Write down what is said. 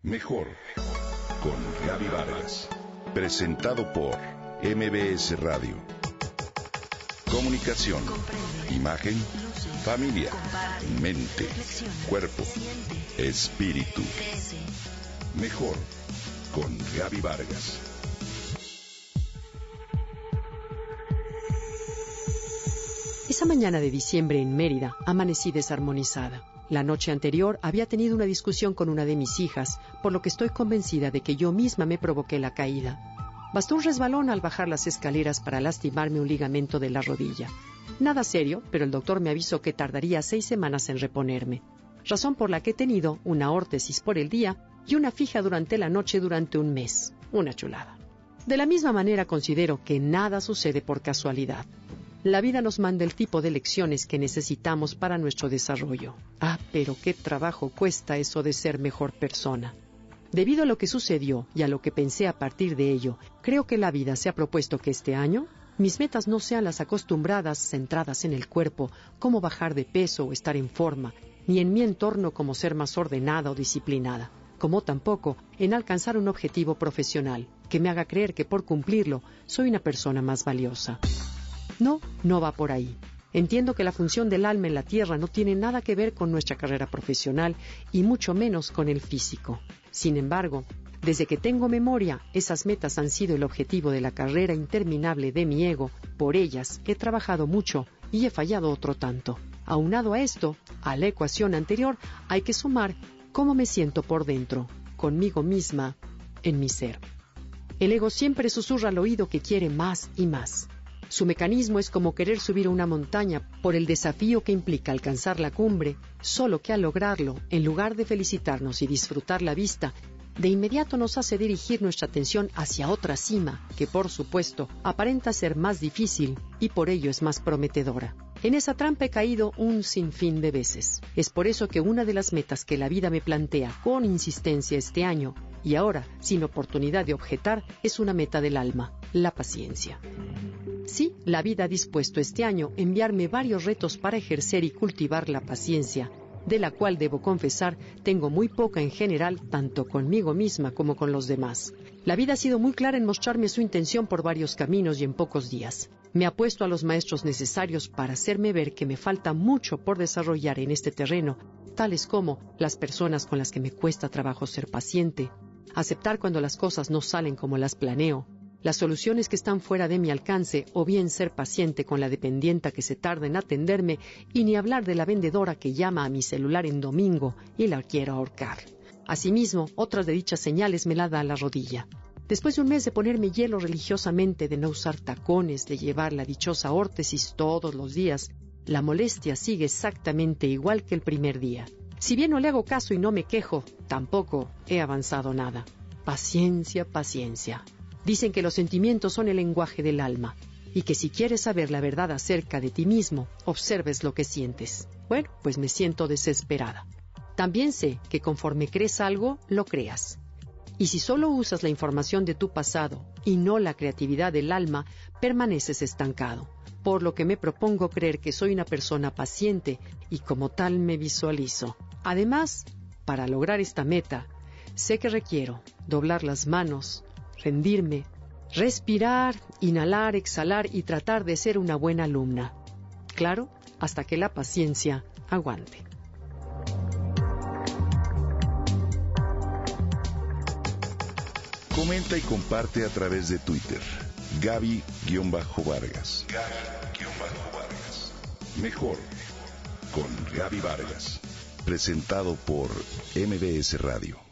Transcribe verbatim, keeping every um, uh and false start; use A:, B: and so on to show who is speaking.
A: Mejor con Gaby Vargas. Presentado por M B S Radio. Comunicación, imagen, familia, mente, cuerpo, espíritu. Mejor con Gaby Vargas.
B: Esa mañana de diciembre en Mérida amanecí desarmonizada. La noche anterior había tenido una discusión con una de mis hijas, por lo que estoy convencida de que yo misma me provoqué la caída. Bastó un resbalón al bajar las escaleras para lastimarme un ligamento de la rodilla. Nada serio, pero el doctor me avisó que tardaría seis semanas en reponerme. Razón por la que he tenido una órtesis por el día y una fija durante la noche durante un mes. Una chulada. De la misma manera considero que nada sucede por casualidad. La vida nos manda el tipo de lecciones que necesitamos para nuestro desarrollo. Ah, pero qué trabajo cuesta eso de ser mejor persona. Debido a lo que sucedió y a lo que pensé a partir de ello, creo que la vida se ha propuesto que este año mis metas no sean las acostumbradas centradas en el cuerpo, como bajar de peso o estar en forma, ni en mi entorno como ser más ordenada o disciplinada, como tampoco en alcanzar un objetivo profesional que me haga creer que por cumplirlo soy una persona más valiosa. No, no va por ahí. Entiendo que la función del alma en la tierra no tiene nada que ver con nuestra carrera profesional y mucho menos con el físico. Sin embargo, desde que tengo memoria, esas metas han sido el objetivo de la carrera interminable de mi ego. Por ellas he trabajado mucho y he fallado otro tanto. Aunado a esto, a la ecuación anterior, hay que sumar cómo me siento por dentro, conmigo misma, en mi ser. El ego siempre susurra al oído que quiere más y más. Su mecanismo es como querer subir a una montaña por el desafío que implica alcanzar la cumbre, solo que al lograrlo, en lugar de felicitarnos y disfrutar la vista, de inmediato nos hace dirigir nuestra atención hacia otra cima, que por supuesto aparenta ser más difícil y por ello es más prometedora. En esa trampa he caído un sinfín de veces. Es por eso que una de las metas que la vida me plantea con insistencia este año, y ahora sin oportunidad de objetar, es una meta del alma, la paciencia. Sí, la vida ha dispuesto este año enviarme varios retos para ejercer y cultivar la paciencia, de la cual debo confesar tengo muy poca en general, tanto conmigo misma como con los demás. La vida ha sido muy clara en mostrarme su intención por varios caminos y en pocos días. Me ha puesto a los maestros necesarios para hacerme ver que me falta mucho por desarrollar en este terreno, tales como las personas con las que me cuesta trabajo ser paciente, aceptar cuando las cosas no salen como las planeo, las soluciones que están fuera de mi alcance, o bien ser paciente con la dependienta que se tarda en atenderme, y ni hablar de la vendedora que llama a mi celular en domingo y la quiero ahorcar. Asimismo, otras de dichas señales me la da la rodilla. Después de un mes de ponerme hielo religiosamente, de no usar tacones, de llevar la dichosa órtesis todos los días, la molestia sigue exactamente igual que el primer día. Si bien no le hago caso y no me quejo, tampoco he avanzado nada. Paciencia, paciencia. Dicen que los sentimientos son el lenguaje del alma y que si quieres saber la verdad acerca de ti mismo, observes lo que sientes. Bueno, pues me siento desesperada. También sé que conforme crees algo, lo creas. Y si solo usas la información de tu pasado y no la creatividad del alma, permaneces estancado. Por lo que me propongo creer que soy una persona paciente y como tal me visualizo. Además, para lograr esta meta, sé que requiero doblar las manos, rendirme, respirar, inhalar, exhalar y tratar de ser una buena alumna. Claro, hasta que la paciencia aguante.
A: Comenta y comparte a través de Twitter. Gaby-Vargas. Gaby-Vargas. Mejor con Gaby Vargas. Presentado por M B S Radio.